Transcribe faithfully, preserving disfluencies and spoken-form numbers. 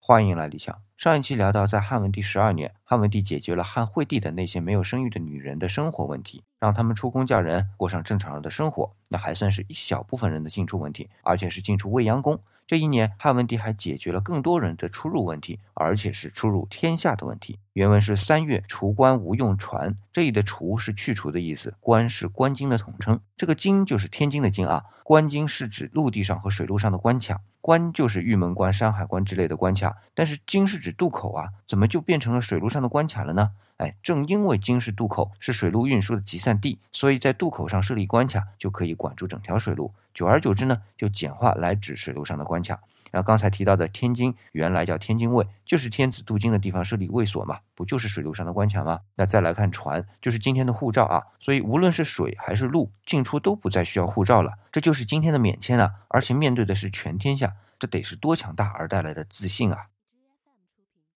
欢迎来理想。上一期聊到，在汉文帝十二年，汉文帝解决了汉惠帝的那些没有生育的女人的生活问题，让他们出宫嫁人，过上正常人的生活。那还算是一小部分人的进出问题，而且是进出未央宫。这一年，汉文帝还解决了更多人的出入问题，而且是出入天下的问题。原文是三月，除官无用船。这里的除是去除的意思，官是官京的统称。这个京就是天津的京啊，官京是指陆地上和水路上的关卡，关就是玉门关、山海关之类的关卡，但是京是指渡口啊，怎么就变成了水路上的关卡了呢？哎，正因为京是渡口，是水路运输的集散地，所以在渡口上设立关卡，就可以管住整条水路。久而久之呢，就简化来指水路上的关卡。然后刚才提到的天津，原来叫天津卫，就是天子渡京的地方设立卫所嘛，不就是水路上的关卡吗？那再来看船，就是今天的护照啊，所以无论是水还是路，进出都不再需要护照了，这就是今天的免签啊，而且面对的是全天下，这得是多强大而带来的自信啊！